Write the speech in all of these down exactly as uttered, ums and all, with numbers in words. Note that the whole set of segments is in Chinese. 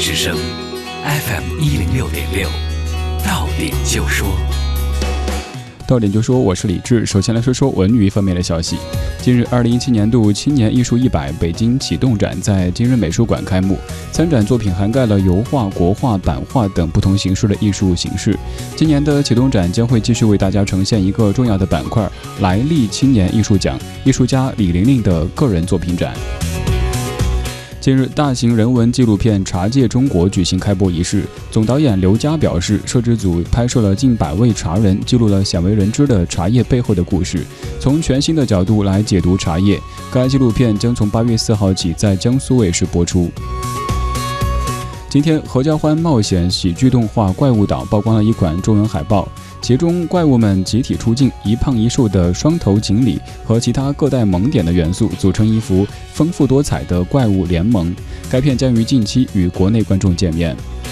之声 F M 一零六点六，到点就说。 到点就说，我是李志。首先来说说文娱方面的消息。近日，二零一七年度青年艺术一百北京启动展在今日美术馆开幕。参展作品涵盖了油画、国画、版画等不同形式的艺术形式。今年的启动展将会继续为大家呈现一个重要的板块——来历青年艺术奖，艺术家李玲玲的个人作品展。近日，大型人文纪录片《茶界中国》举行开播仪式，总导演刘佳表示，摄制组拍摄了近百位茶人，记录了鲜为人知的茶叶背后的故事，从全新的角度来解读茶叶。该纪录片将从八月四号起在江苏卫视播出。今天，合家欢冒险喜剧动画《怪物岛》曝光了一款中文海报，其中怪物们集体出镜，一胖一瘦的双头锦鲤和其他各带萌点的元素组成一幅丰富多彩的怪物联盟。该片将于近期与国内观众见面。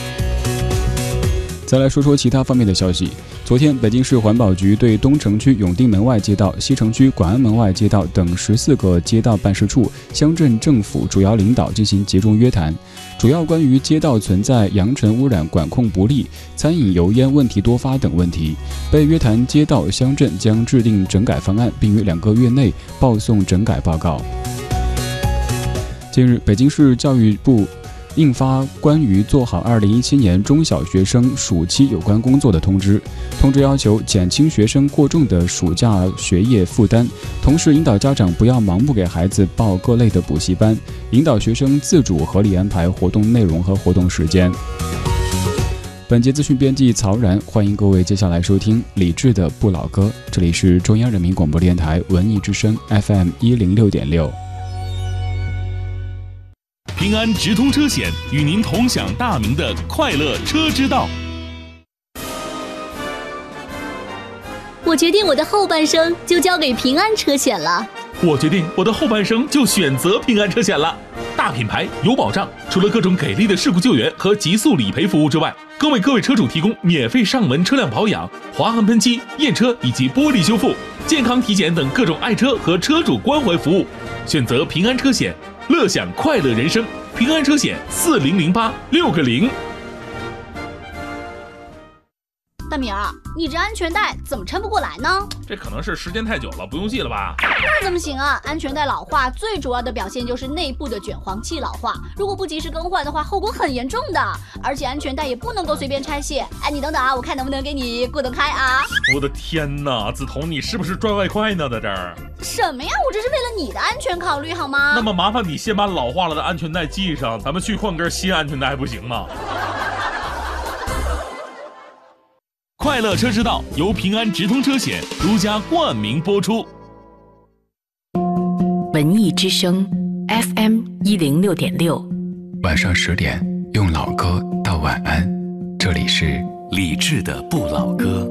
再来说说其他方面的消息。昨天，北京市环保局对东城区永定门外街道、西城区广安门外街道等十四个街道办事处、乡镇政府主要领导进行集中约谈，主要关于街道存在扬尘污染管控不力、餐饮油烟问题多发等问题。被约谈街道、乡镇将制定整改方案，并于两个月内报送整改报告。近日，北京市教育部印发关于做好二零一七年中小学生暑期有关工作的通知。通知要求减轻学生过重的暑假学业负担，同时引导家长不要盲目给孩子报各类的补习班，引导学生自主合理安排活动内容和活动时间。本节资讯编辑曹然，欢迎各位接下来收听李志的不老歌。这里是中央人民广播电台文艺之声 F M 一零六点六。 平安直通车险与您同享大明的快乐车之道。 我决定我的后半生就交给平安车险了。 我决定我的后半生就选择平安车险了。大品牌有保障，除了各种给力的事故救援和极速理赔服务之外，更为各位车主提供免费上门车辆保养、划痕喷漆、验车以及玻璃修复、健康体检等各种爱车和车主关怀服务。选择平安车险，乐享快乐人生。平安车险四零零八六个零。 大米儿，你这安全带怎么抻不过来呢？ 这可能是时间太久了，不用系了吧？ 那怎么行啊？安全带老化最主要的表现就是内部的卷簧器老化，如果不及时更换的话，后果很严重的。而且安全带也不能够随便拆卸。哎，你等等啊，我看能不能给你过得开啊？ 我的天哪，梓潼，你是不是赚外快呢？在这儿？ 什么呀？我这是为了你的安全考虑好吗？ 那么麻烦你先把老化了的安全带系上，咱们去换根新安全带不行吗？快乐车之道由平安直通车险独家冠名播出。 文艺之声 F M 一零六点六， 晚上十点用老歌道晚安。这里是李志的不老歌。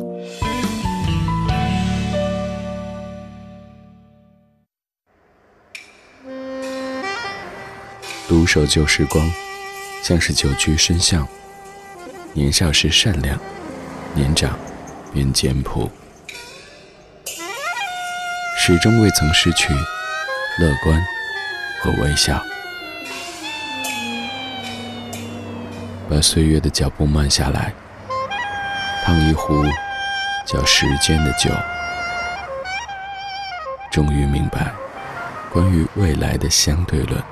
独守旧时光，像是久居深巷。年少时善良，年长便简朴，始终未曾失去乐观和微笑。把岁月的脚步慢下来，烫一壶叫时间的酒，终于明白关于未来的相对论。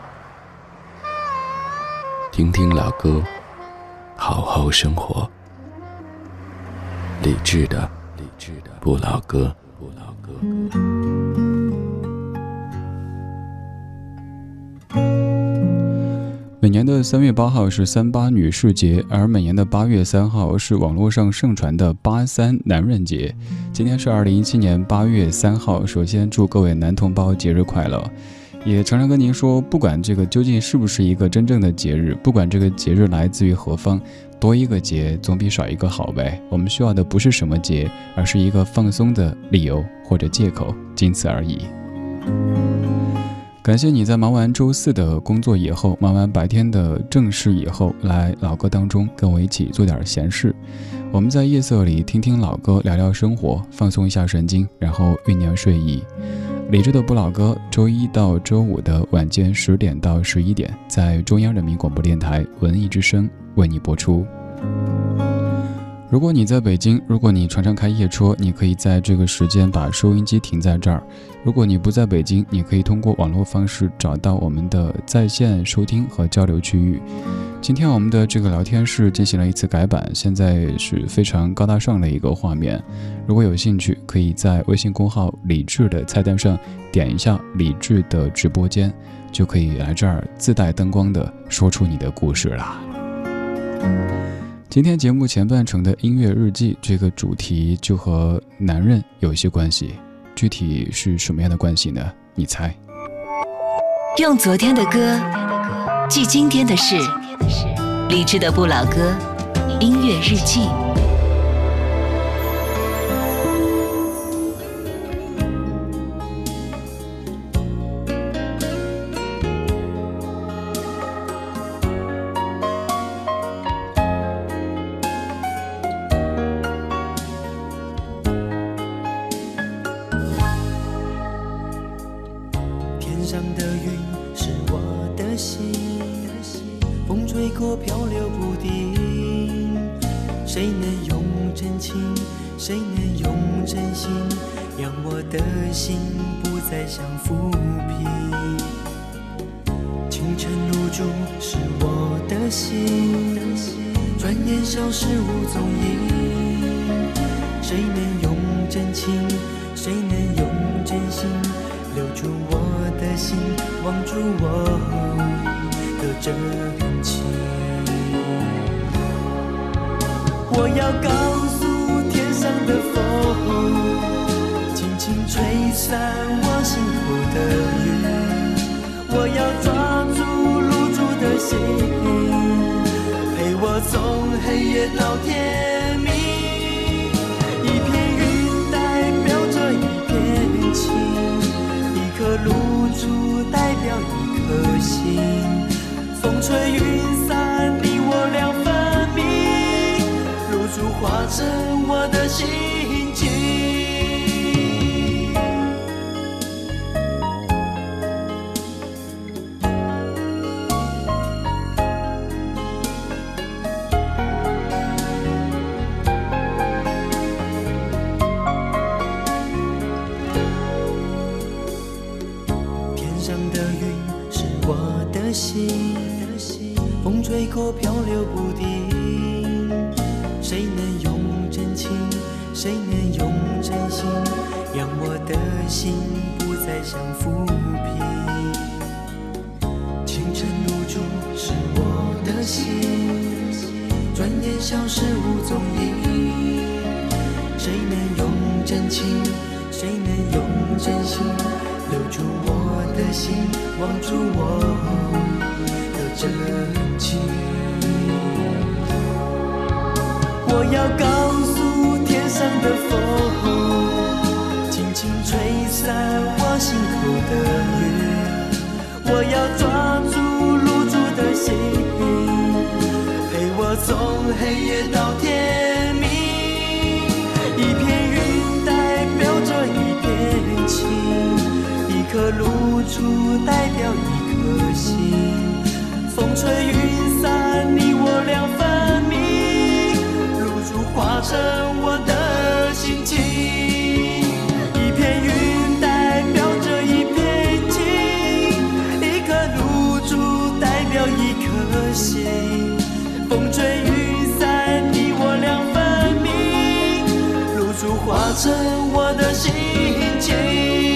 听听老歌，好好生活。理智的理智的不老歌不老歌。 每年的三月八号是三八女士节，而每年的八月三号是网络上盛传的八三男人节。今天是二零一七年八月三号，首先祝各位男同胞节日快乐。也常常跟您说，不管这个究竟是不是一个真正的节日，不管这个节日来自于何方，多一个节总比少一个好呗。我们需要的不是什么节，而是一个放松的理由或者借口，仅此而已。感谢你在忙完周四的工作以后，忙完白天的正事以后，来老歌当中跟我一起做点闲事。我们在夜色里听听老歌，聊聊生活，放松一下神经，然后酝酿睡意。 理智的不老歌，周一到周五的晚间十点到十一点，在中央人民广播电台文艺之声为你播出。如果你在北京，如果你常常开夜车，你可以在这个时间把收音机停在这儿。如果你不在北京，你可以通过网络方式找到我们的在线收听和交流区域。今天我们的这个聊天室进行了一次改版，现在是非常高大上的一个画面。如果有兴趣，可以在微信公号李志的菜单上点一下李志的直播间，就可以来这儿自带灯光的说出你的故事啦。今天节目前半程的音乐日记这个主题就和男人有一些关系，具体是什么样的关系呢？你猜。 用昨天的歌记今天的事，理智的不老歌音乐日记。 我要告诉天上的风，轻轻吹散我心头的云。我要抓住露珠的心，陪我从黑夜到天明。一片云代表着一片情，一颗露珠代表一颗心。风吹云散，你我两分明，露珠化成我的心情。天上的云是我的心，风吹过漂流不定，谁能用真情，谁能用真心，让我的心不再想浮萍。清晨露珠是我的心，转眼消失无踪影。谁能用真情，谁能用真心，留住我的心，望住我的真情。我要告诉天上的风，轻轻吹散我心头的云。我要抓住露珠的心，陪我从黑夜到天明。一片云代表着一片情，一颗露珠代表一颗心。风吹云散，你我两分明，露珠化成我的心情。一片云代表着一片情，一颗露珠代表一颗心。风吹云散，你我两分明，露珠化成我的心情。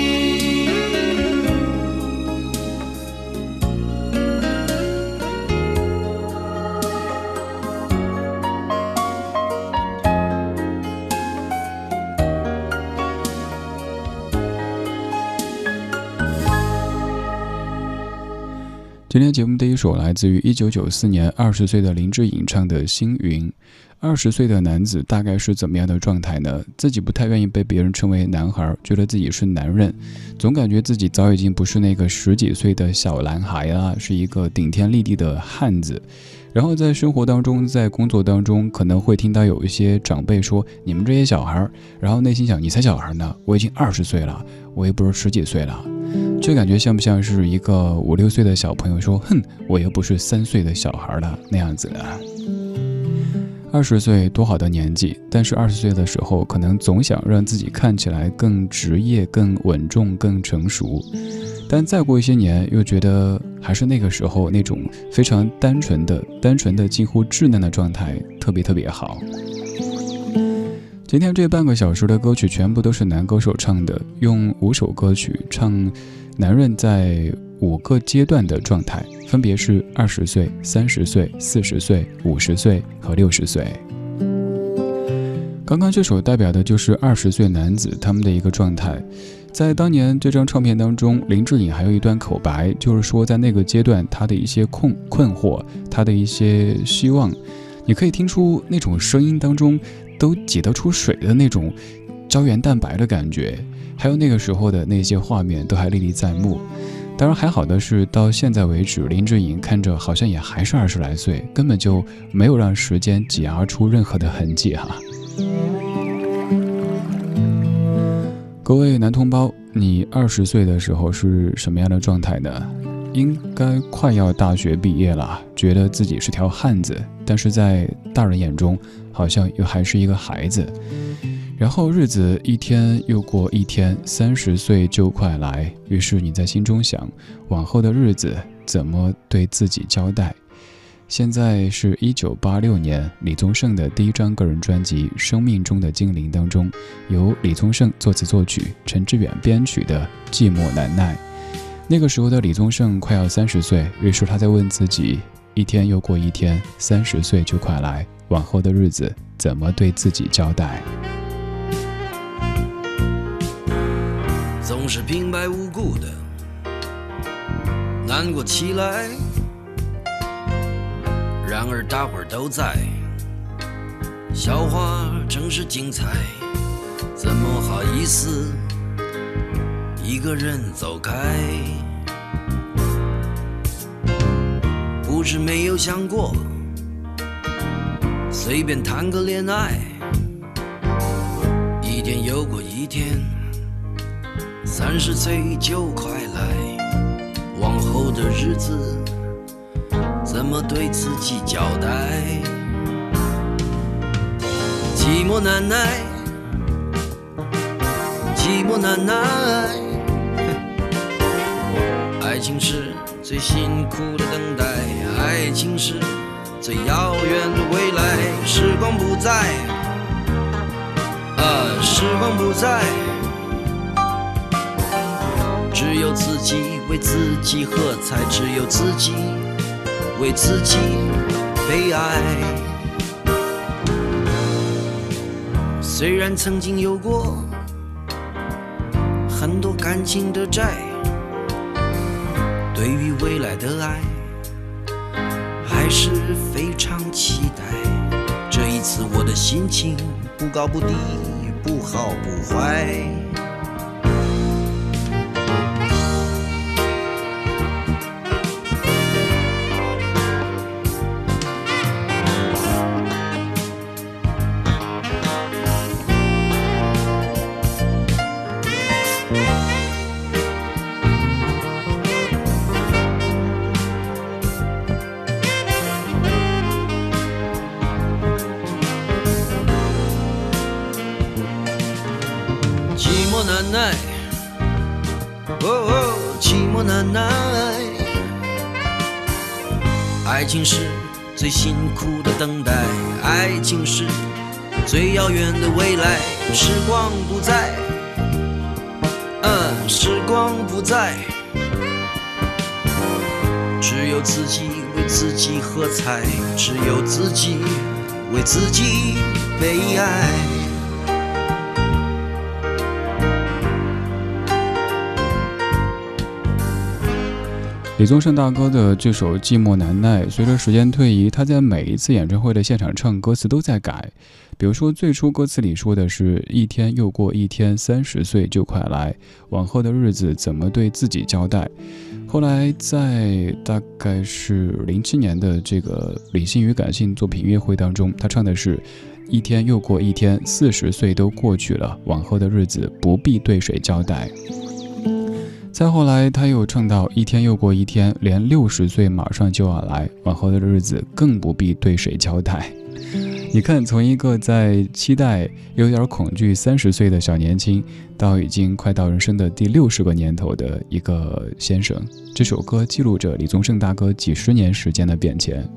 今天节目第一首来自于一九九四年二十岁的林志颖唱的《星云》。二十岁的男子大概是怎么样的状态呢？自己不太愿意被别人称为男孩，觉得自己是男人，总感觉自己早已经不是那个十几岁的小男孩了，是一个顶天立地的汉子。然后在生活当中，在工作当中，可能会听到有一些长辈说你们这些小孩，然后内心想你才小孩呢，我已经二十岁了，我也不是十几岁了。这感觉像不像是一个五六岁的小朋友说，哼，我又不是三岁的小孩了那样子的。二十岁多好的年纪，但是二十岁的时候可能总想让自己看起来更职业、更稳重、更成熟，但再过一些年又觉得还是那个时候那种非常单纯的单纯的近乎稚嫩的状态特别特别好。今天这半个小时的歌曲全部都是男歌手唱的，用五首歌曲唱男人在五个阶段的状态，分别是二十岁、三十岁、四十岁、五十岁和六十岁。刚刚这首代表的就是二十岁男子他们的一个状态。在当年这张唱片当中，林志颖还有一段口白，就是说在那个阶段他的一些困困惑，他的一些希望，你可以听出那种声音当中都挤得出水的那种胶原蛋白的感觉，还有那个时候的那些画面都还历历在目。当然还好的是，到现在为止，林志颖看着好像也还是二十来岁，根本就没有让时间挤压出任何的痕迹哈。各位男同胞，你二十岁的时候是什么样的状态呢？应该快要大学毕业了，觉得自己是条汉子，但是在大人眼中好像又还是一个孩子。然后日子一天又过一天，三十岁就快来，于是你在心中想，往后的日子怎么对自己交代？现在是一九八六年，李宗盛的第一张个人专辑《生命中的精灵》当中，由李宗盛作词作曲，陈志远编曲的《寂寞难耐》。那个时候的李宗盛快要三十岁，于是他在问自己，一天又过一天，三十岁就快来，往后的日子怎么对自己交代？ 总是平白无故的难过起来，然而大伙儿都在，笑话真是精彩，怎么好意思一个人走开？不是没有想过随便谈个恋爱，一天又过一天，三十岁就快来，往后的日子怎么对自己交代？寂寞难耐，寂寞难耐，爱情是最辛苦的等待，爱情是最遥远的未来。时光不在，啊，时光不在，只有自己为自己喝彩，只有自己为自己悲哀。虽然曾经有过很多感情的债，对于未来的爱还是非常期待。这一次我的心情不高不低，不好不坏。寂寞难耐，哦哦，寂寞难耐，爱情是最辛苦的等待，爱情是最遥远的未来。时光不在，嗯，时光不在，只有自己为自己喝彩，只有自己为自己悲哀。 李宗盛大哥的这首《寂寞难耐》，随着时间推移，他在每一次演唱会的现场唱歌词都在改。比如说，最初歌词里说的是一天又过一天，三十岁就快来，往后的日子怎么对自己交代。后来在大概是零七年的这个理性与感性作品音乐会当中，他唱的是一天又过一天，四十岁都过去了，往后的日子不必对谁交代。再后来他又唱到一天又过一天，连六十岁马上就要来，往后的日子更不必对谁交代。你看，从一个在期待有点恐惧三十岁的小年轻，到已经快到人生的第六十个年头的一个先生，这首歌记录着李宗盛大哥几十年时间的变迁。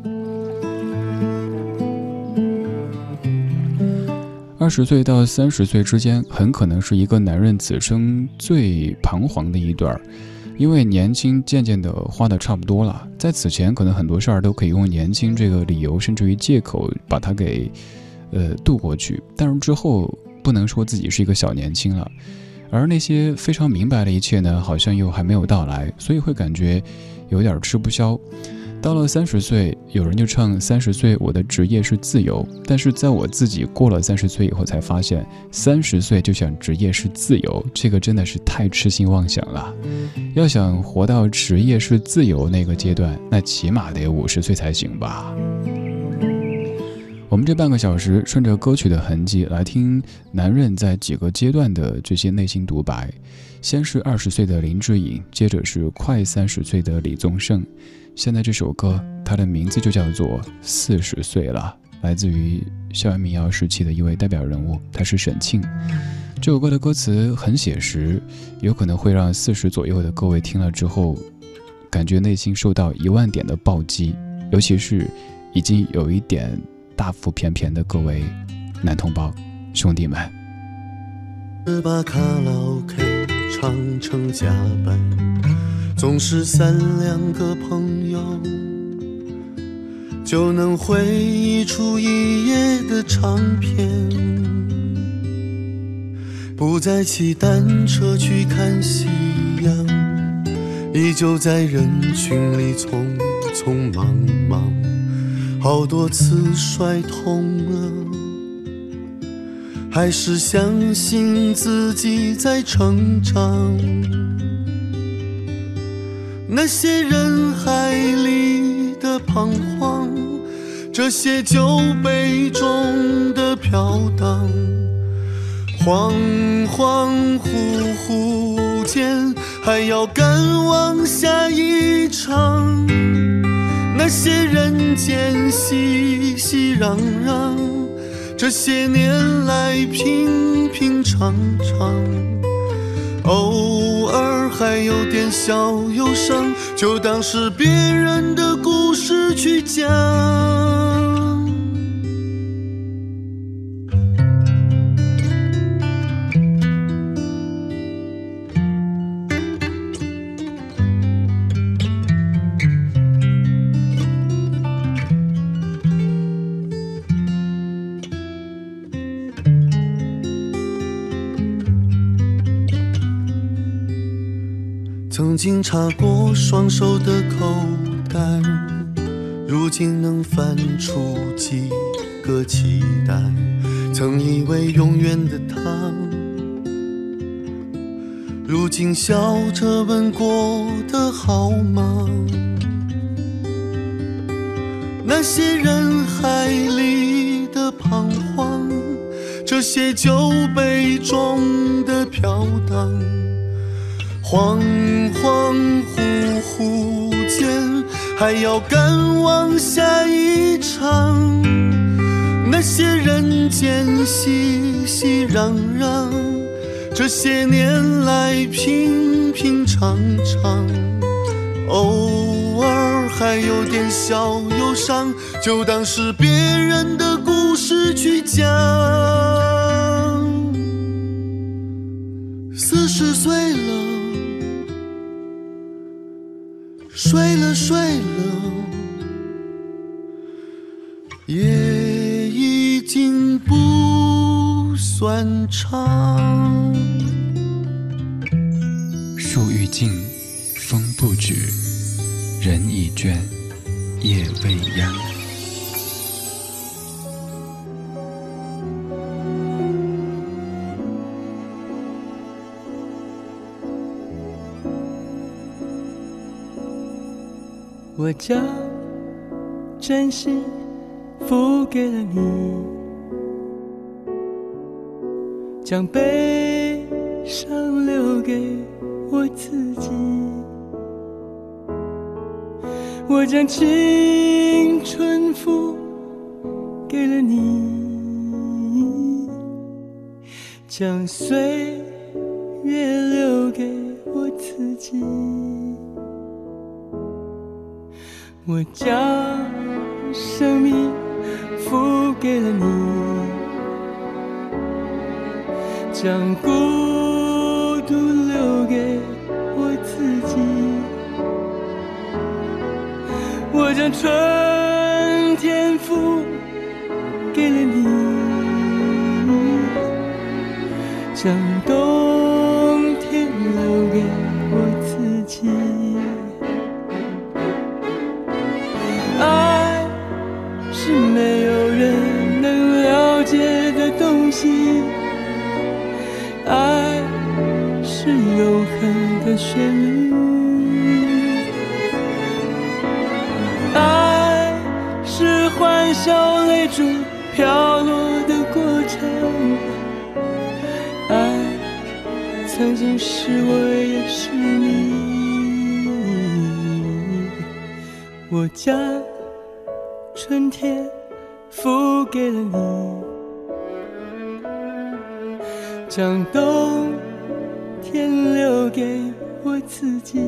二十岁到三十岁之间，很可能是一个男人此生最彷徨的一段，因为年轻渐渐的花的差不多了，在此前可能很多事儿都可以用年轻这个理由甚至于借口把它给呃渡过去，但是之后不能说自己是一个小年轻了，而那些非常明白的一切呢，好像又还没有到来，所以会感觉有点吃不消。到了三十岁，有人就唱三十岁我的职业是自由，但是在我自己过了三十岁以后才发现，三十岁就想职业是自由，这个真的是太痴心妄想了。要想活到职业是自由那个阶段，那起码得五十岁才行吧。我们这半个小时顺着歌曲的痕迹来听男人在几个阶段的这些内心独白。先是二十岁的林志颖，接着是快三十岁的李宗盛，现在这首歌它的名字就叫做四十岁了，来自于校园民谣时期的一位代表人物，他是沈庆。这首歌的歌词很写实，有可能会让四十左右的各位听了之后感觉内心受到一万点的暴击，尤其是已经有一点大腹便便的各位男同胞兄弟们。 是把卡拉 OK 唱成加班，总是三两个朋友就能回忆出一夜的长篇，不再骑单车去看夕阳，依旧在人群里匆匆忙忙，好多次摔痛了，还是相信自己在成长。那些人海里的彷徨，这些酒杯中的飘荡，恍恍惚惚间还要赶往下一场。那些人间熙熙攘攘，这些年来平平常常，偶尔还有点小忧伤，就当是别人的故事去讲。曾经插过双手的口袋，如今能翻出几个期待。曾以为永远的他，如今笑着问过得好吗？那些人海里的彷徨，这些酒杯中的飘荡，恍恍惚惚间还要赶往下一场。那些人间熙熙攘攘，这些年来平平常常，偶尔还有点小忧伤，就当是别人的故事去讲。四十岁了，睡了睡了，也已经不算长。 树欲静风不止， 人已倦，夜未央。 我将真心付给了你，将悲伤留给我自己。我将青春付给了你，将岁月留给我自己。我将生命付给了你，将孤独留给我自己。我将春天付给了你，将冬天留给我自己。爱是没有人能了解的东西，爱是永恒的旋律，爱是欢笑泪珠飘落的过程，爱曾经是我也是你。我将春天付给了你，将冬天留给我自己。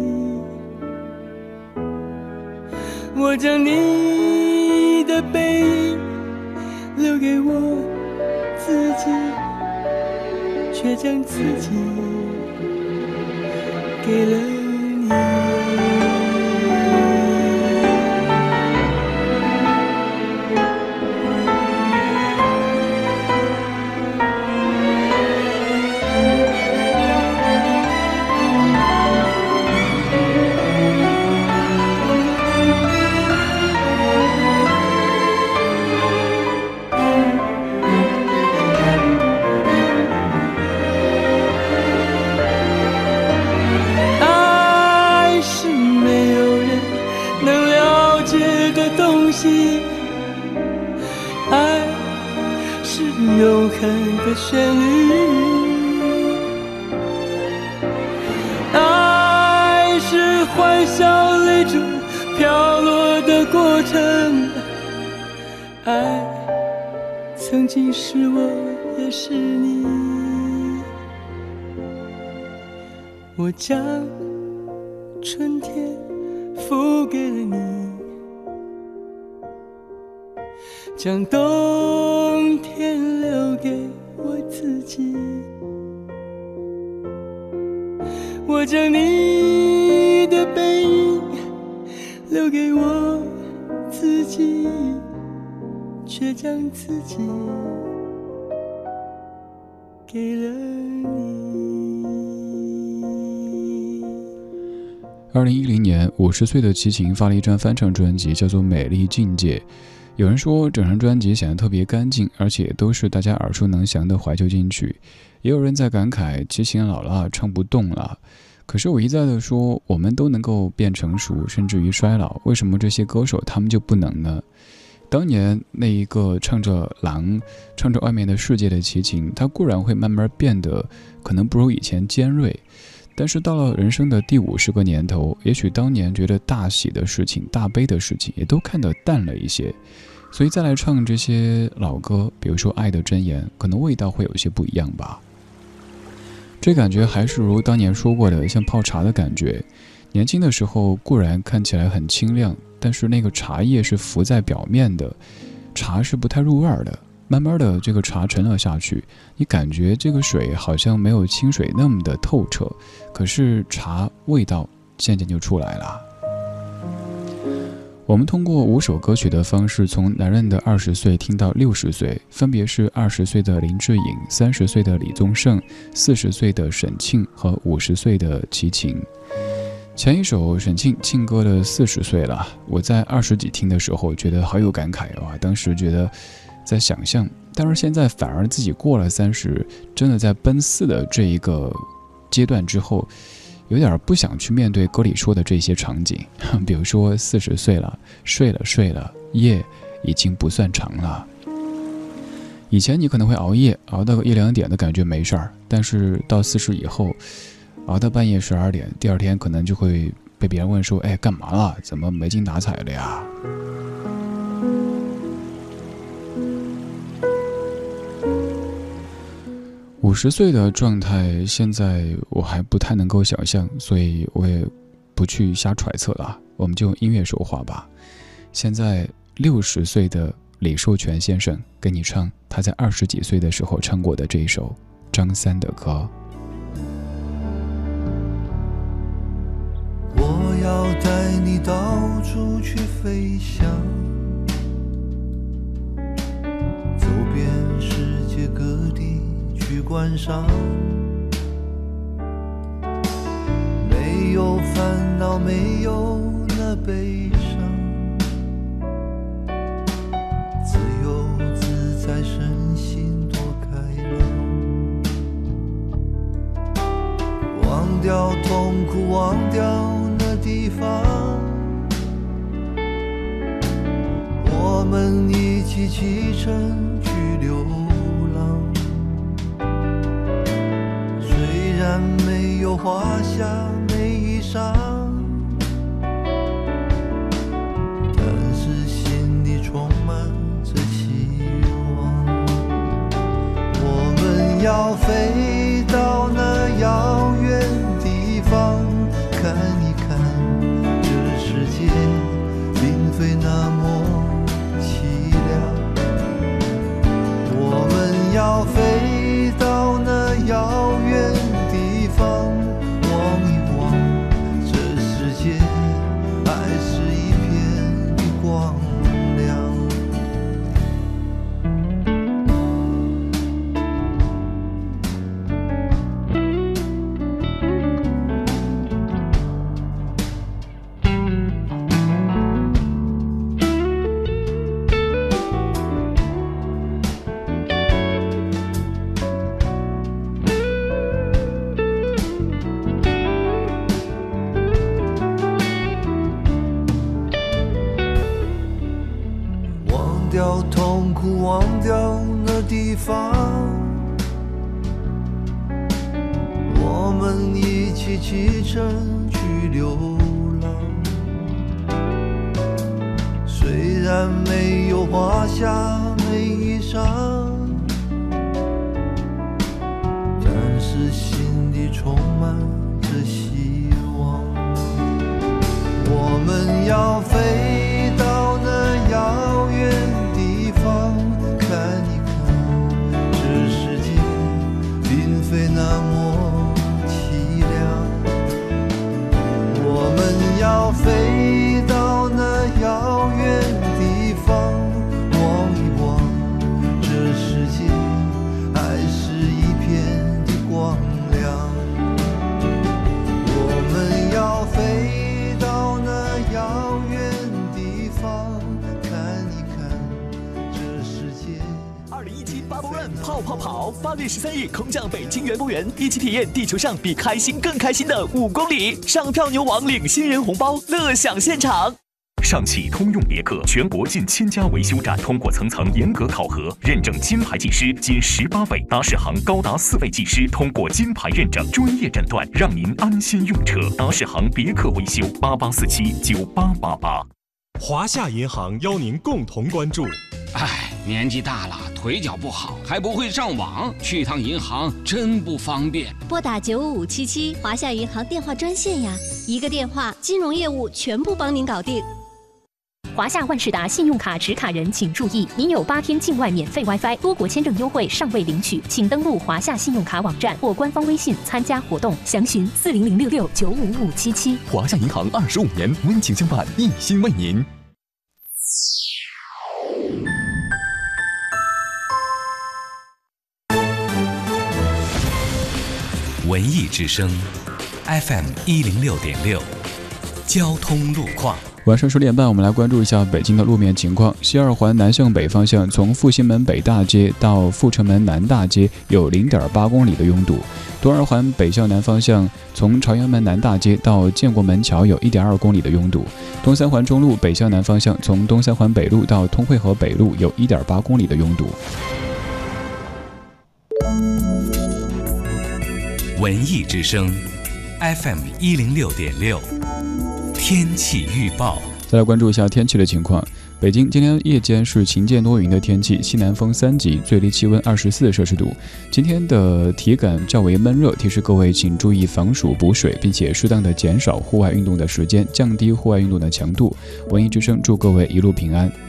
我将你的背影留给我自己，却将自己给了你。爱是永恒的旋律，爱是欢笑泪珠飘落的过程，爱曾经是我也是你。我将春天付给了你，将冬天留给我自己。我将你的背影留给我自己，却将自己给了你。 二零一零年，五十岁的齐秦发了一张翻唱专辑，叫做《美丽境界》。有人说整张专辑显得特别干净，而且都是大家耳熟能详的怀旧金曲。也有人在感慨齐秦老了，唱不动了。可是我一再的说，我们都能够变成熟，甚至于衰老，为什么这些歌手他们就不能呢？当年那一个唱着狼、唱着外面的世界的齐秦，他固然会慢慢变得可能不如以前尖锐，但是到了人生的第五十个年头，也许当年觉得大喜的事情、大悲的事情，也都看得淡了一些。所以再来唱这些老歌，比如说《爱的箴言》，可能味道会有些不一样吧。这感觉还是如当年说过的，像泡茶的感觉。年轻的时候固然看起来很清亮，但是那个茶叶是浮在表面的，茶是不太入味的。慢慢的这个茶沉了下去，你感觉这个水好像没有清水那么的透彻，可是茶味道渐渐就出来了。我们通过五首歌曲的方式，从男人的二十岁听到六十岁，分别是二十岁的林志颖、三十岁的李宗盛、四十岁的沈庆和五十岁的齐秦。 前一首沈庆庆歌的四十岁了，我在二十几听的时候觉得好有感慨啊，当时觉得在想象，但是现在反而自己过了三十，真的在奔四的这一个阶段之后，有点不想去面对歌里说的这些场景，比如说四十岁了，睡了睡了，夜已经不算长了。以前你可能会熬夜，熬到个一两点的感觉没事儿，但是到四十以后，熬到半夜十二点，第二天可能就会被别人问说：“哎，干嘛了？怎么没精打采的呀？”五十岁的状态，现在我还不太能够想象，所以我也不去瞎揣测了。我们就用音乐说话吧。现在六十岁的李寿全先生跟你唱他在二十几岁的时候唱过的这一首张三的歌。 我要带你到处去飞翔，走遍世界各地去观赏，没有烦恼，没有那悲伤，自由自在，身心多开朗，忘掉痛苦，忘掉那地方，我们一起启程去流浪，虽然没有华厦美衣裳，但是心里充满着希望。我们要飞到那遥远地方，看一看这世界并非那么凄凉。我们要飞到那遥远地方，望一望这世界还是一片的光亮。忘掉痛苦，忘掉那地方，我们一起启程去流浪。虽然没有华厦美衣裳，但是心里充满着希望。我们要飞到那遥远地方，看一看这世界并非那么凄凉。我们要飞到那遥远地方，望一望这世界还是一片的光亮。我们要飞到那遥远地方，看一看这世界。 二零一七 Bubble Run 泡泡跑，八月十三日空降北京园博园，一起体验地球上比开心更开心的五公里。上票牛王领新人红包，乐享现场。 上汽通用别克全国近千家维修站通过层层严格考核，认证金牌技师仅十八位，达世行高达四位技师通过金牌认证，专业诊断，让您安心用车。达世行别克维修八八四七九八八八。 华夏银行邀您共同关注。 哎，年纪大了，腿脚不好，还不会上网，去趟银行真不方便。 拨打九五五七七华夏银行电话专线呀，一个电话，金融业务全部帮您搞定。 华夏万事达信用卡持卡人请注意，您有八天境外免费 WiFi 多国签证优惠尚未领取，请登录华夏信用卡网站或官方微信参加活动，详询四零零六六九五五七七。 华夏银行二十五年温情相伴，一心为您。 文艺之声 ，F M 一零六点六。 交通路况。 晚上十点半，我们来关注一下北京的路面情况。西二环南向北方向，从复兴门北大街到阜成门南大街有 零点八公里的拥堵。东二环北向南方向，从朝阳门南大街到建国门桥有 一点二公里的拥堵。东三环中路北向南方向，从东三环北路到通惠河北路有 一点八公里的拥堵。 文艺之声 F M 一零六点六，天气预报。 再来关注一下天气的情况。北京今天夜间是晴间多云的天气，西南风三级，最低气温二十四摄氏度。今天的体感较为闷热，提示各位请注意防暑补水，并且适当的减少户外运动的时间，降低户外运动的强度。文艺之声祝各位一路平安。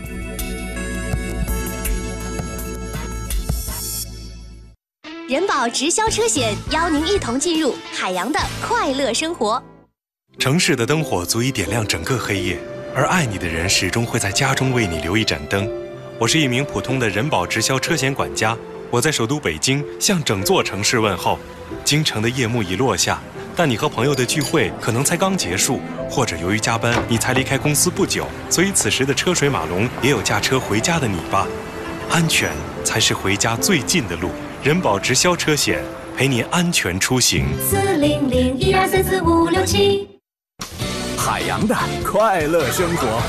人保直销车险邀您一同进入海洋的快乐生活。 城市的灯火足以点亮整个黑夜，而爱你的人始终会在家中为你留一盏灯。我是一名普通的人保直销车险管家，我在首都北京向整座城市问候。京城的夜幕已落下，但你和朋友的聚会可能才刚结束，或者由于加班你才离开公司不久，所以此时的车水马龙也有驾车回家的你吧。安全才是回家最近的路，人保直销车险陪你安全出行。 四零零一二三四五六七。 海洋的快乐生活。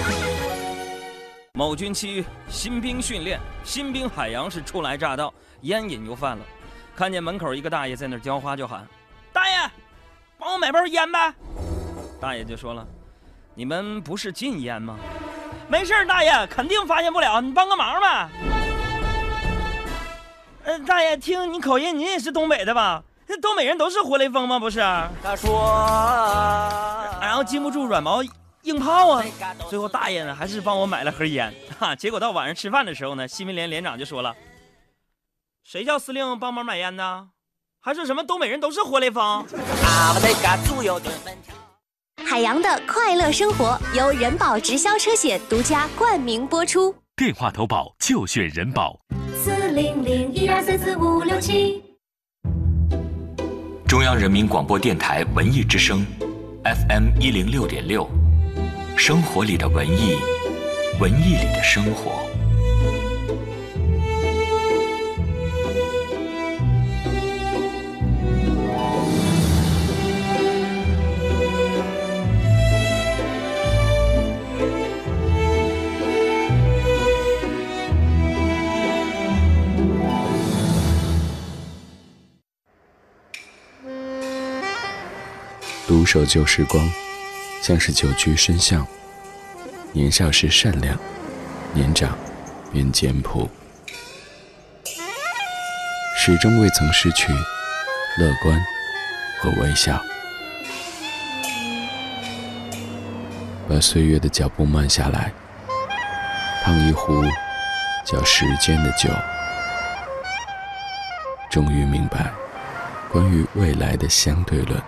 某军区新兵训练，新兵海洋是初来乍到，烟瘾就犯了。看见门口一个大爷在那儿浇花，就喊：“大爷，帮我买包烟呗。”大爷就说了：“你们不是禁烟吗？”“没事，大爷，肯定发现不了，你帮个忙呗。”“呃，大爷，听你口音，您也是东北的吧？这东北人都是活雷锋吗？不是？”他说，然后禁不住软毛硬泡啊。最后大爷呢，还是帮我买了盒烟哈。结果到晚上吃饭的时候呢，新民联连长就说了：“谁叫司令帮忙买烟呢？还说什么东北人都是活雷锋？” 海洋的快乐生活由人保直销车险独家冠名播出。 电话投保就选人保。 四零零一二三四五六七。 中央人民广播电台文艺之声 F M 一零六点六，生活里的文艺，文艺里的生活。 独守旧时光，像是久居深巷。年少时善良，年长便简朴，始终未曾失去乐观和微笑。把岁月的脚步慢下来，烫一壶叫时间的酒，终于明白关于未来的相对论。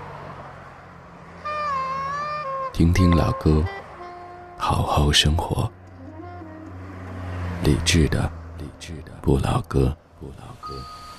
听听老歌，好好生活。理智的理智的不老歌，不老歌。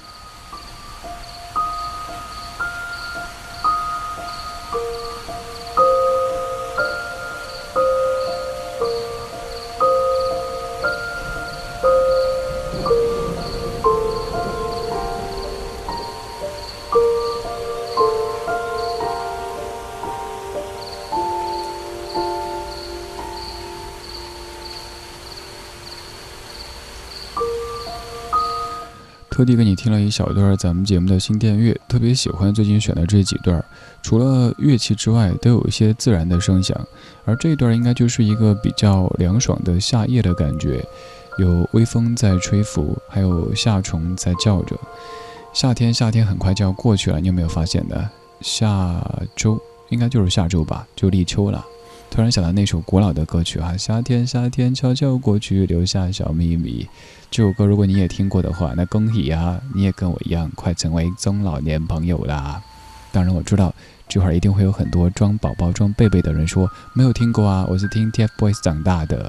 特地给你听了一小段咱们节目的新电乐，特别喜欢最近选的这几段，除了乐器之外都有一些自然的声响，而这一段应该就是一个比较凉爽的夏夜的感觉，有微风在吹拂，还有夏虫在叫着。夏天夏天很快就要过去了，你有没有发现呢？下周应该就是下周吧，就立秋了。突然想到那首古老的歌曲啊，夏天夏天悄悄过去，留下小秘密。这首歌如果你也听过的话，那恭喜啊，你也跟我一样快成为中老年朋友啦。当然我知道这会儿一定会有很多装宝宝装贝贝的人说没有听过啊，我是听 TFBOYS 长大的。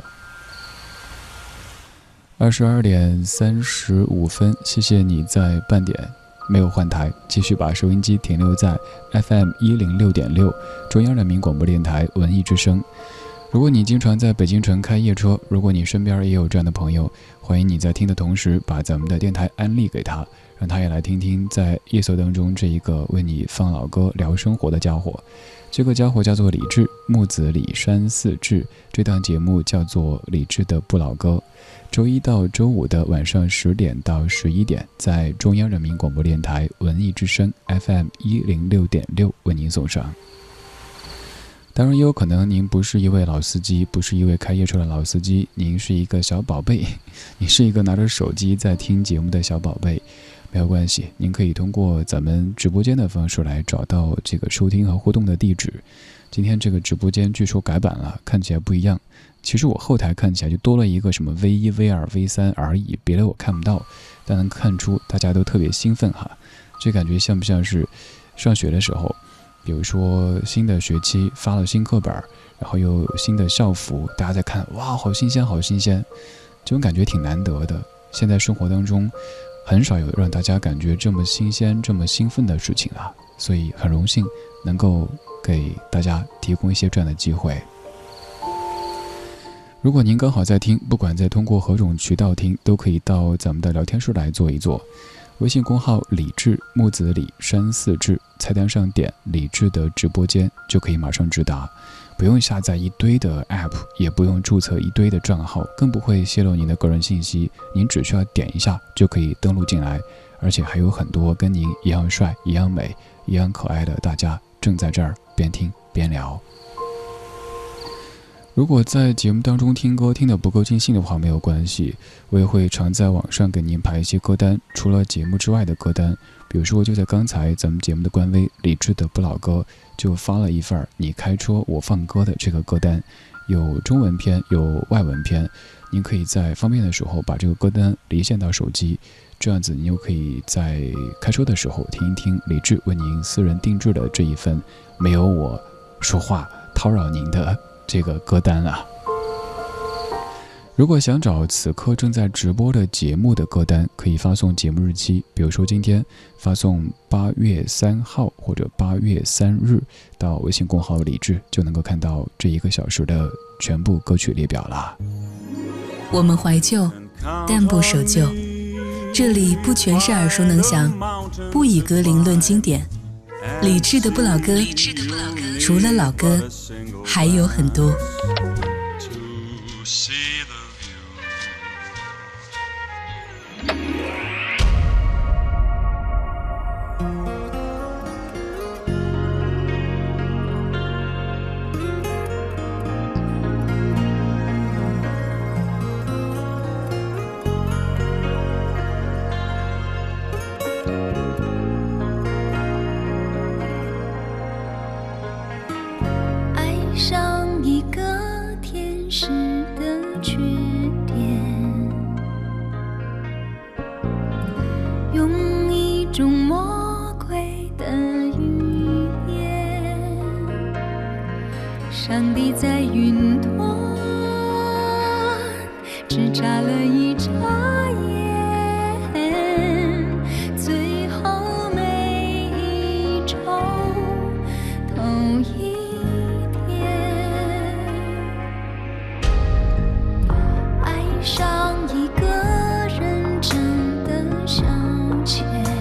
二十二点三十五分，谢谢你在半点没有换台，继续把收音机停留在 F M 一零六点六，中央人民广播电台文艺之声。如果你经常在北京城开夜车，如果你身边也有这样的朋友，欢迎你在听的同时把咱们的电台安利给他，让他也来听听在夜色当中这一个为你放老歌聊生活的家伙。这个家伙叫做李志，木子李山四志，这档节目叫做李志的不老歌，周一到周五的晚上十点到十一点，在中央人民广播电台文艺之声 F M 一零六点六为您送上。当然也有可能您不是一位老司机，不是一位开夜车的老司机，您是一个小宝贝，你是一个拿着手机在听节目的小宝贝，没有关系，您可以通过咱们直播间的方式来找到这个收听和互动的地址。今天这个直播间据说改版了，看起来不一样，其实我后台看起来就多了一个什么 V 一 V 二 V 三而已，别的我看不到，但能看出大家都特别兴奋哈，这感觉像不像是上学的时候，比如说新的学期发了新课本，然后又有新的校服，大家在看，哇，好新鲜好新鲜，这种感觉挺难得的。现在生活当中很少有让大家感觉这么新鲜这么兴奋的事情啊，所以很荣幸能够给大家提供一些这样的机会。如果您刚好在听，不管在通过何种渠道听，都可以到咱们的聊天室来坐一坐。微信公号李志，木子李山四志，菜单上点李志的直播间就可以马上直达，不用下载一堆的 app， 也不用注册一堆的账号，更不会泄露您的个人信息，您只需要点一下就可以登录进来，而且还有很多跟您一样帅一样美一样可爱的大家正在这儿边听边聊。如果在节目当中听歌听得不够尽兴的话，没有关系，我也会常在网上给您排一些歌单，除了节目之外的歌单，比如说就在刚才咱们节目的官微李志的不老歌就发了一份你开车我放歌的这个歌单，有中文篇有外文篇，您可以在方便的时候把这个歌单离线到手机，这样子你又可以在开车的时候听一听李志为您私人定制的这一份没有我说话叨扰您的这个歌单啊。如果想找此刻正在直播的节目的歌单，可以发送节目日期，比如说今天发送八月三号或者八月三日到微信公号李志，就能够看到这一个小时的全部歌曲列表啦。 我们怀旧，但不守旧，这里不全是耳熟能详，不以歌龄论经典。李志的不老歌，除了老歌还有很多。 上帝在云端只眨了一眨眼，最后每一周头一天，爱上一个人真的消遣，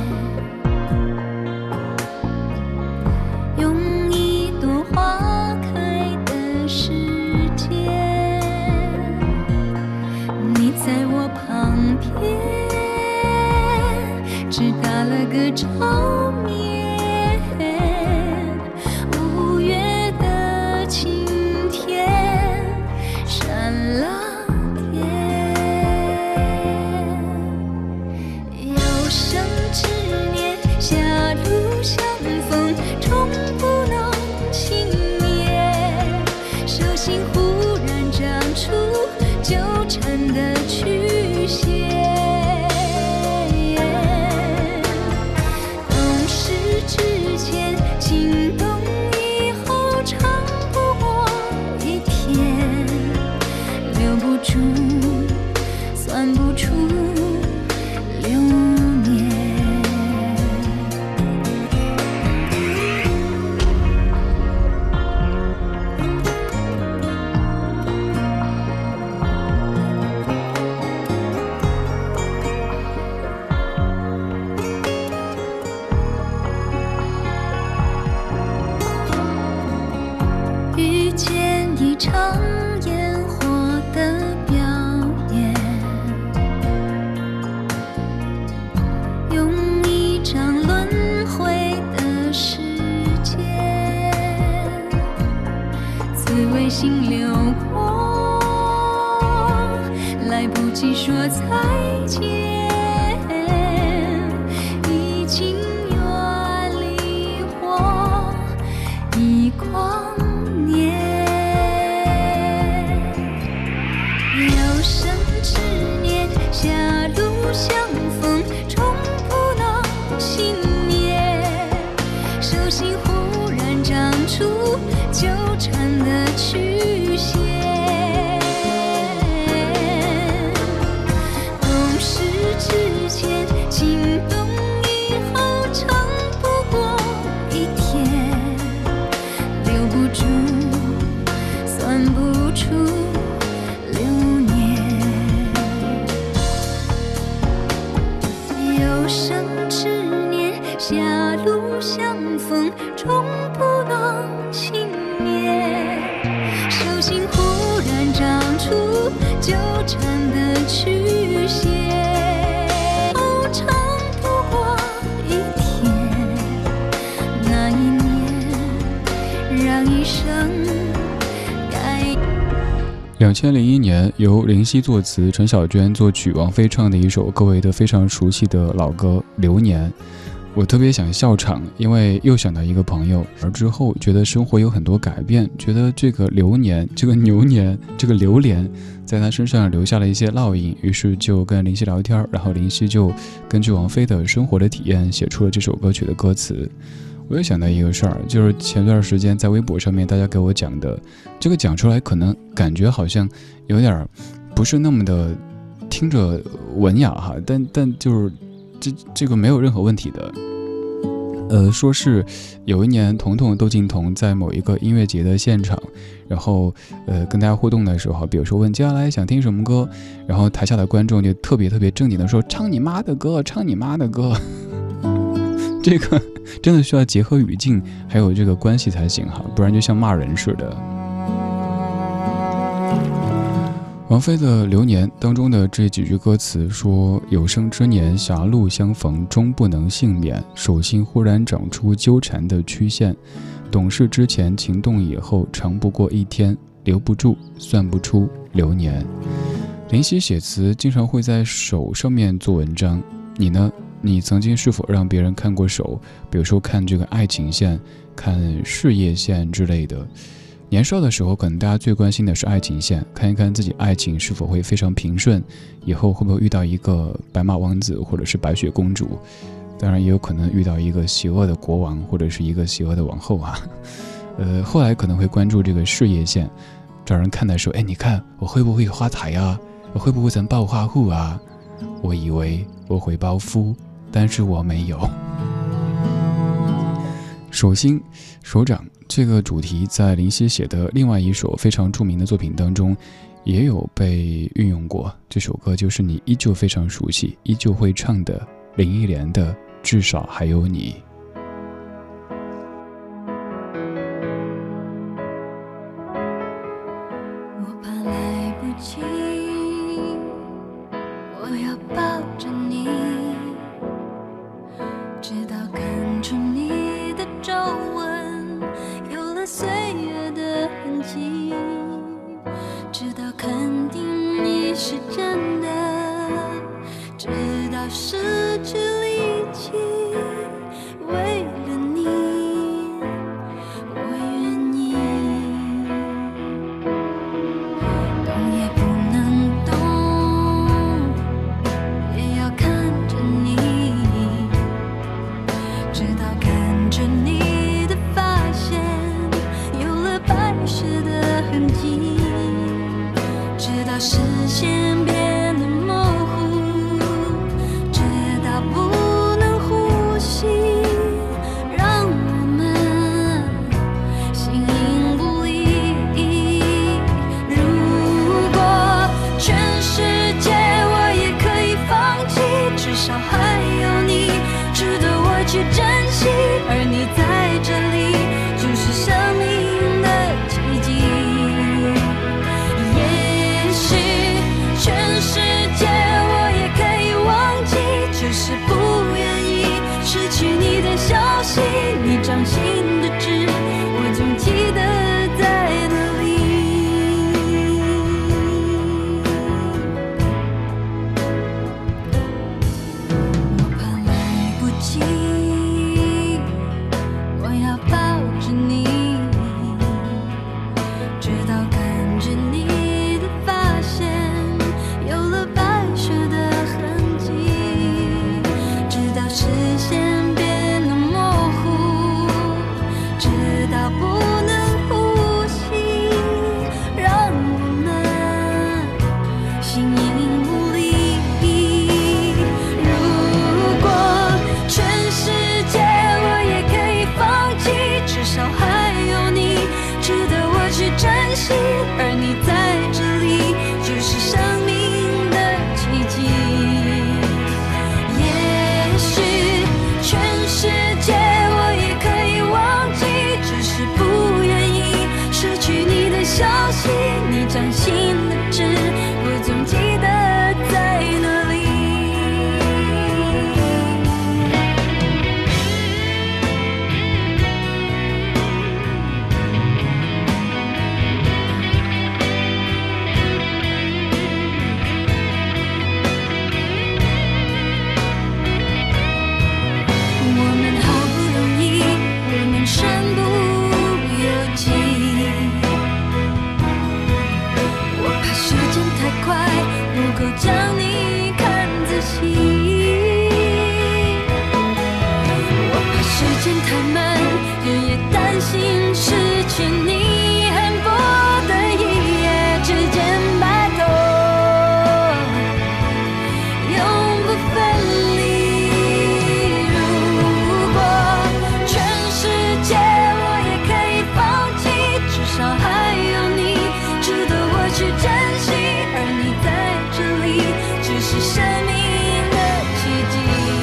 用一朵花开的时间，你在我旁边只打了个照面，五月的晴天闪了天，有生之年狭路相逢终不能幸免，手心忽然长出纠缠的曲线，懂事之前心动以后长不过一天，留不住算不出流年。 滋味心流过，来不及说再见，已经远离我一光年。有生之年，狭路相逢，终不能幸免。手心忽然长出纠缠的曲线。之前心动以后长不过一天，留不住算不出流年。有生之年，狭路相逢，终不能幸免。手心忽然长出纠缠的曲线。 两千零一年，由林夕作词，陈小娟作曲，王菲唱的一首各位都非常熟悉的老歌《流年》。我特别想笑场，因为又想到一个朋友，而之后觉得生活有很多改变，觉得这个流年、这个牛年、这个榴莲，在他身上留下了一些烙印，于是就跟林夕聊天，然后林夕就根据王菲的生活的体验，写出了这首歌曲的歌词。我又想到一个事儿，就是前段时间在微博上面大家给我讲的，这个讲出来可能感觉好像有点不是那么的听着文雅哈，但但就是这这个没有任何问题的。呃，说是有一年彤彤窦靖童在某一个音乐节的现场，然后呃跟大家互动的时候，比如说问接下来想听什么歌，然后台下的观众就特别特别正经的说唱你妈的歌，唱你妈的歌。这个真的需要结合语境还有这个关系才行哈，不然就像骂人似的。王菲的《流年》当中的这几句歌词说：有生之年，狭路相逢，终不能幸免。手心忽然长出纠缠的曲线，懂事之前，情动以后，长不过一天，留不住，算不出流年。林夕写词经常会在手上面做文章，你呢？你曾经是否让别人看过手？比如说看这个爱情线，看事业线之类的。年少的时候，可能大家最关心的是爱情线，看一看自己爱情是否会非常平顺，以后会不会遇到一个白马王子或者是白雪公主，当然也有可能遇到一个邪恶的国王或者是一个邪恶的王后啊。呃，后来可能会关注这个事业线，找人看的时候，哎，你看我会不会发财啊？我会不会成暴发户啊？我以为我会暴富，但是我没有。手心手掌这个主题在林夕写的另外一首非常著名的作品当中也有被运用过，这首歌就是你依旧非常熟悉依旧会唱的林忆莲的《至少还有你》。 我怕来不及，我要抱着你，直到看出你的皱纹有了岁月的痕迹，直到肯定你是真的，直到失去力气，为了你我愿意，动也不能动，也要看着你，直到看着你的发线有了白雪的痕迹，直到视线变得模糊，直到不能呼吸，让我们形影不离。如果全世界我也可以放弃，至少还有你值得我去珍惜，而你在这里就是生命的奇迹。也许全你在这里就是生命的奇迹。也许全世界我也可以忘记，只是不愿意失去你的消息。你掌心的痣，我总记得在哪里。我们好不容易，我们身不由己。我怕时间太快，不够将你看仔细。我怕时间太慢，日夜担心失去你，恨不得一夜之间白头，永不分离。如果全世界我也可以放弃，至少还有你值得我去珍惜。而你在这里只是生命的奇迹。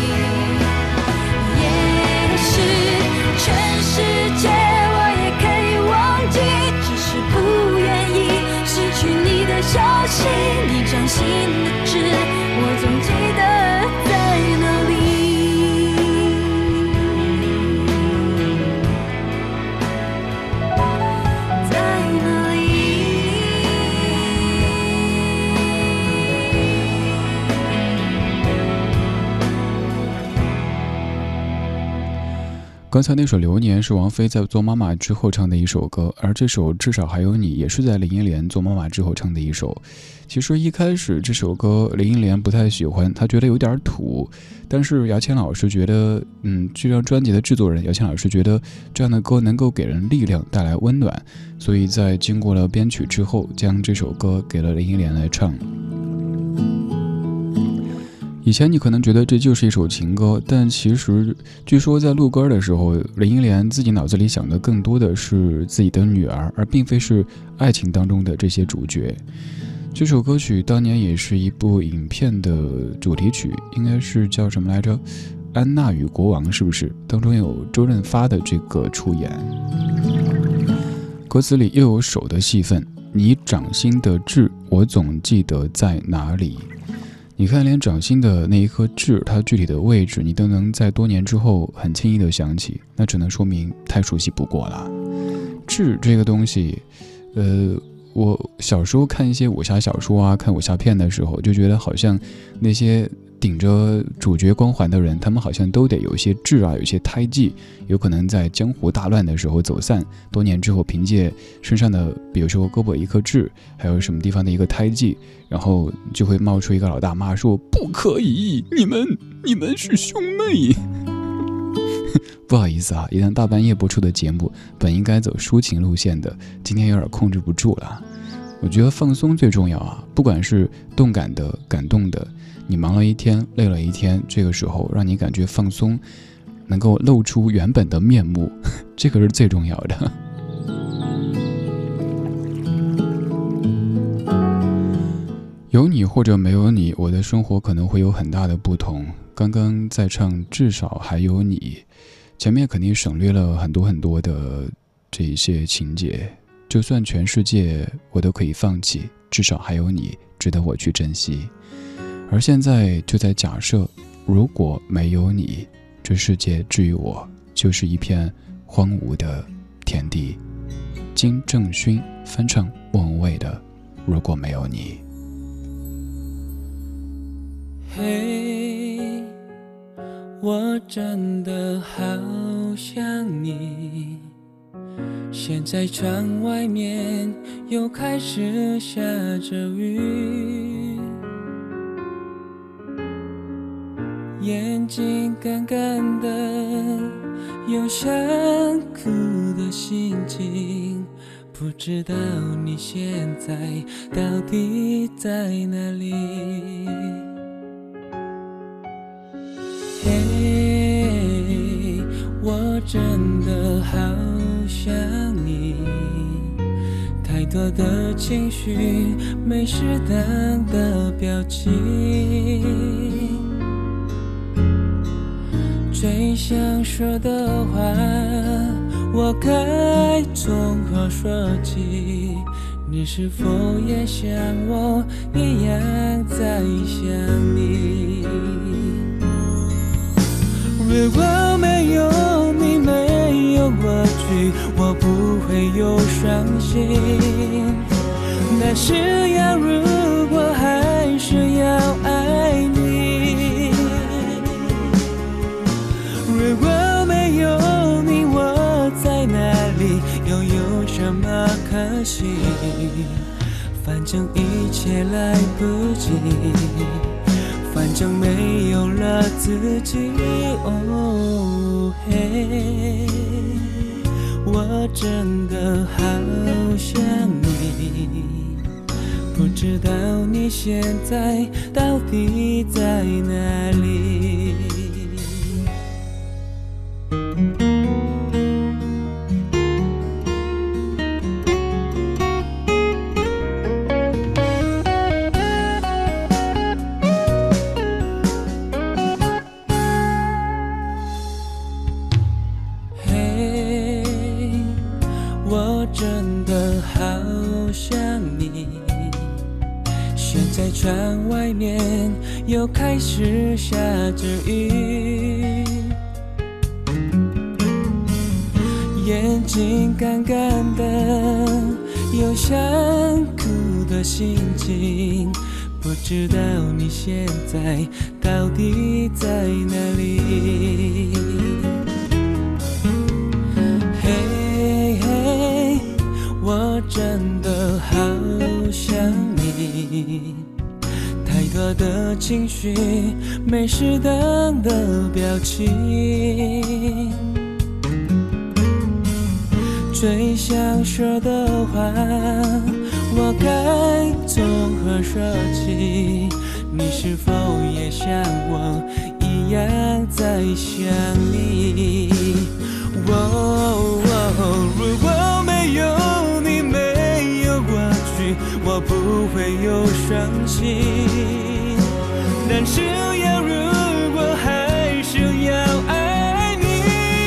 也许全世界我也可以忘记，只是不愿意失去你的消息。你掌心的痣，我总记得在哪里。在哪里？ 刚才那首《流年》是王菲在做妈妈之后唱的一首歌，而这首《至少还有你》也是在林忆莲做妈妈之后唱的一首。其实一开始这首歌林忆莲不太喜欢，她觉得有点土，但是姚谦老师觉得，嗯，这张专辑的制作人姚谦老师觉得这样的歌能够给人力量，带来温暖，所以在经过了编曲之后，将这首歌给了林忆莲来唱。以前你可能觉得这就是一首情歌，但其实据说在录歌的时候，林忆莲自己脑子里想的更多的是自己的女儿，而并非是爱情当中的这些主角。这首歌曲当年也是一部影片的主题曲，应该是叫什么来着？安娜与国王，是不是？当中有周润发的这个出演。歌词里又有手的戏份，你掌心的痣，我总记得在哪里。你看，连掌心的那一颗痣，它具体的位置，你都能在多年之后很轻易的想起，那只能说明太熟悉不过了。痣这个东西，呃，我小时候看一些武侠小说啊，看武侠片的时候，就觉得好像那些顶着主角光环的人，他们好像都得有一些痣啊，有一些胎记，有可能在江湖大乱的时候走散，多年之后凭借身上的，比如说胳膊一颗痣，还有什么地方的一个胎记，然后就会冒出一个老大妈说不可以，你们你们是兄妹。不好意思啊，一档大半夜播出的节目本应该走抒情路线的，今天有点控制不住了。我觉得放松最重要啊，不管是动感的、感动的，你忙了一天，累了一天，这个时候让你感觉放松，能够露出原本的面目，这个是最重要的。有你或者没有你，我的生活可能会有很大的不同。刚刚在唱至少还有你，前面肯定省略了很多很多的这些情节，就算全世界我都可以放弃，至少还有你值得我去珍惜。而现在就在假设，如果没有你，这世界至于我就是一片荒芜的田地。金正勋翻唱莫文蔚的《如果没有你》。 嘿，我真的好想你。现在窗外面又开始下着雨，眼睛干干的，有想哭的心情。不知道你现在到底在哪里？嘿，我真的好想你，太多的情绪，没适当的表情，最想说的话我该从何说起？你是否也像我一样在想你？如果没有你，没有过去，我不会有伤心。但是要如果还是要爱你，如果没有你，我在哪里，又有什么可惜？反正一切来不及，反正没有了自己。哦嘿，我真的好想你，不知道你现在到底在哪里？窗外面又开始下着雨，眼睛干干的，有想哭的心情，不知道你现在到底在哪里？嘿嘿，我真的好想你，太多的情绪，没适当的表情，最想说的话，我该从何说起？你是否也像我一样在想你？哦哦，如果没有你，没有过去，我不会有伤心。但是要如果还是要爱你，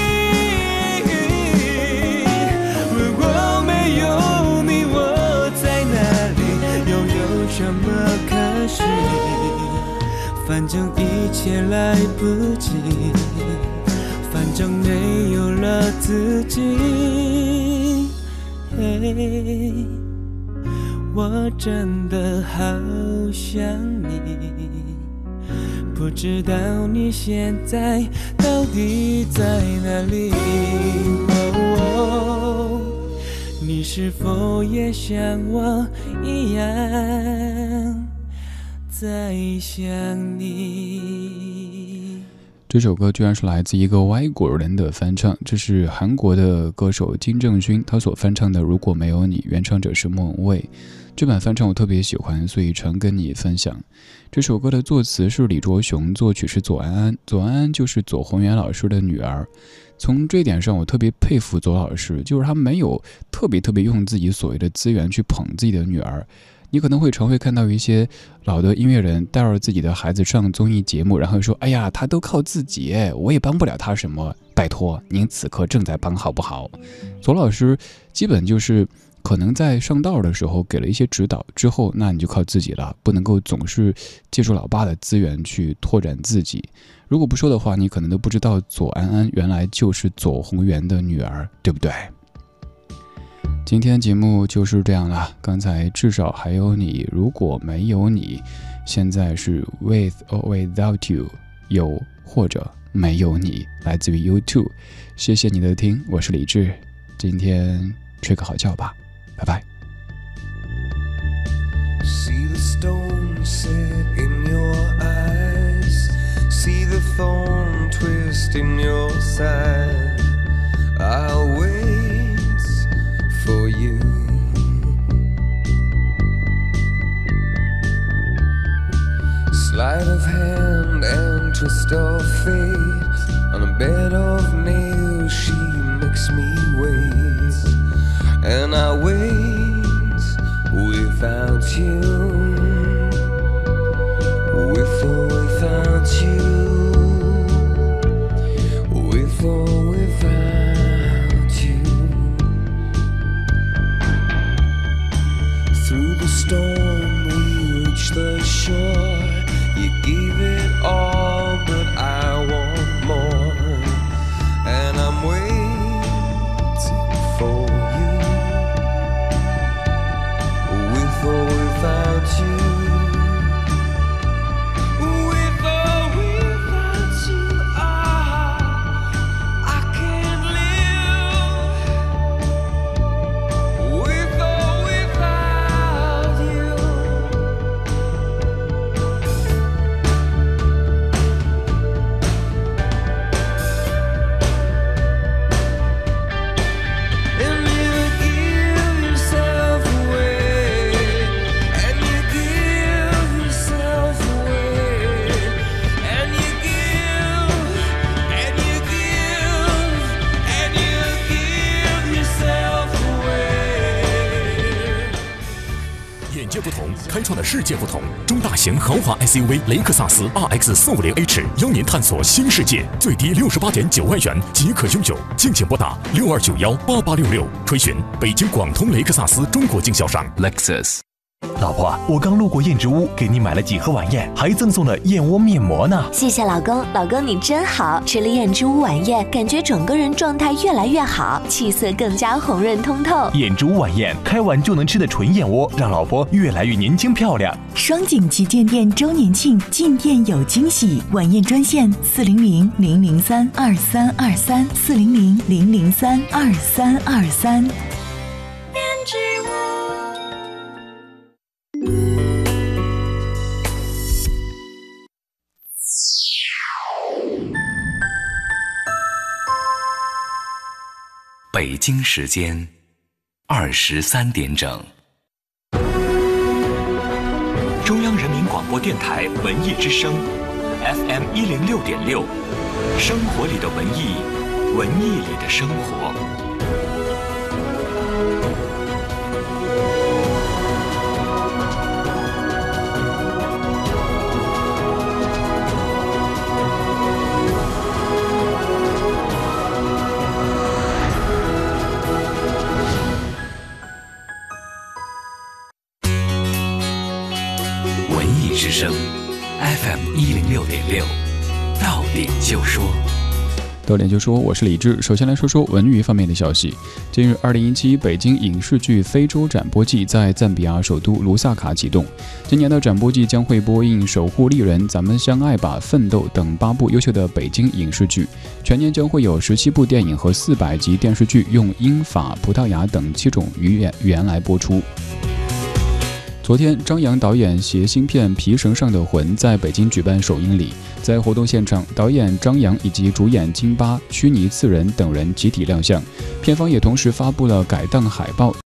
如果没有你，我在哪里，又有什么可惜？反正一切来不及，反正没有了自己。嘿，我真的好想你，不知道你现在到底在哪里？哦，你是否也像我一样在想你？ 这首歌居然是来自一个外国人的翻唱，这是韩国的歌手金正勋他所翻唱的《如果没有你》，原唱者是莫文蔚。这版翻唱我特别喜欢，所以常跟你分享。这首歌的作词是李卓雄，作曲是左安安。左安安就是左宏元老师的女儿。从这一点上我特别佩服左老师，就是他没有特别特别用自己所谓的资源去捧自己的女儿。你可能会常会看到一些老的音乐人带着自己的孩子上综艺节目，然后说，哎呀，他都靠自己，我也帮不了他什么，拜托您此刻正在帮好不好？左老师基本就是可能在上道的时候给了一些指导之后，那你就靠自己了，不能够总是借助老爸的资源去拓展自己。如果不说的话，你可能都不知道左安安原来就是左宏元的女儿，对不对？今天节目就是这样了，刚才至少还有你，如果没有你，现在是 with or without you， 有或者没有你，来自于 U 二。 谢谢你的听，我是李志，今天睡个好觉吧，拜拜。 See the stone set in your eyes, see the thorn twist in your side, I'll wait for you. Sleight of hand and twist of fate, on a bed of nails she makes me wait, and I wait without you, with or without you, with or without you. Through the storm we reach the shore. You gave it all, but I want more, and I'm waiting for you, with or without you, with or without you. Ah, I can't live with or without you. And you give yourself away, and you give yourself away, and you give, and you give, and you give yourself away. 眼界不同，开创的世界不同。中大型豪华 S U V 雷克萨斯 R X 四五零 H 邀您探索新世界，最低六十八点九万元即可拥有，敬请拨打六二九幺八八六六，垂询北京广通雷克萨斯中国经销商 Lexus。 老婆，我刚路过燕之屋，给你买了几盒晚宴，还赠送了燕窝面膜呢。 谢谢老公，老公你真好。吃了燕之屋晚宴，感觉整个人状态越来越好，气色更加红润通透。 燕之屋晚宴，开完就能吃的纯燕窝，让老婆越来越年轻漂亮。 双井旗舰店周年庆，进店有惊喜，晚宴专线四零零零零三二三二三四零零零零三二三二三。 燕之屋。 北京时间二十三点整。中央人民广播电台文艺之声 F M 一零六点六，生活里的文艺，文艺里的生活。之声 F M 一零六点六，到点就说。 到点就说，我是李志。首先来说说文娱方面的消息。近日，二零一七北京影视剧非洲展播季在赞比亚首都卢萨卡启动。今年的展播季将会播映《守护丽人》《咱们相爱吧》《奋斗》等八部优秀的北京影视剧，全年将会有十七部电影和四百集电视剧用英法葡萄牙等七种语言语言来播出。昨天，张扬导演携新片《皮绳上的魂》在北京举办首映礼。在活动现场，导演张扬以及主演金巴、屈尼次仁等人集体亮相。片方也同时发布了改档海报。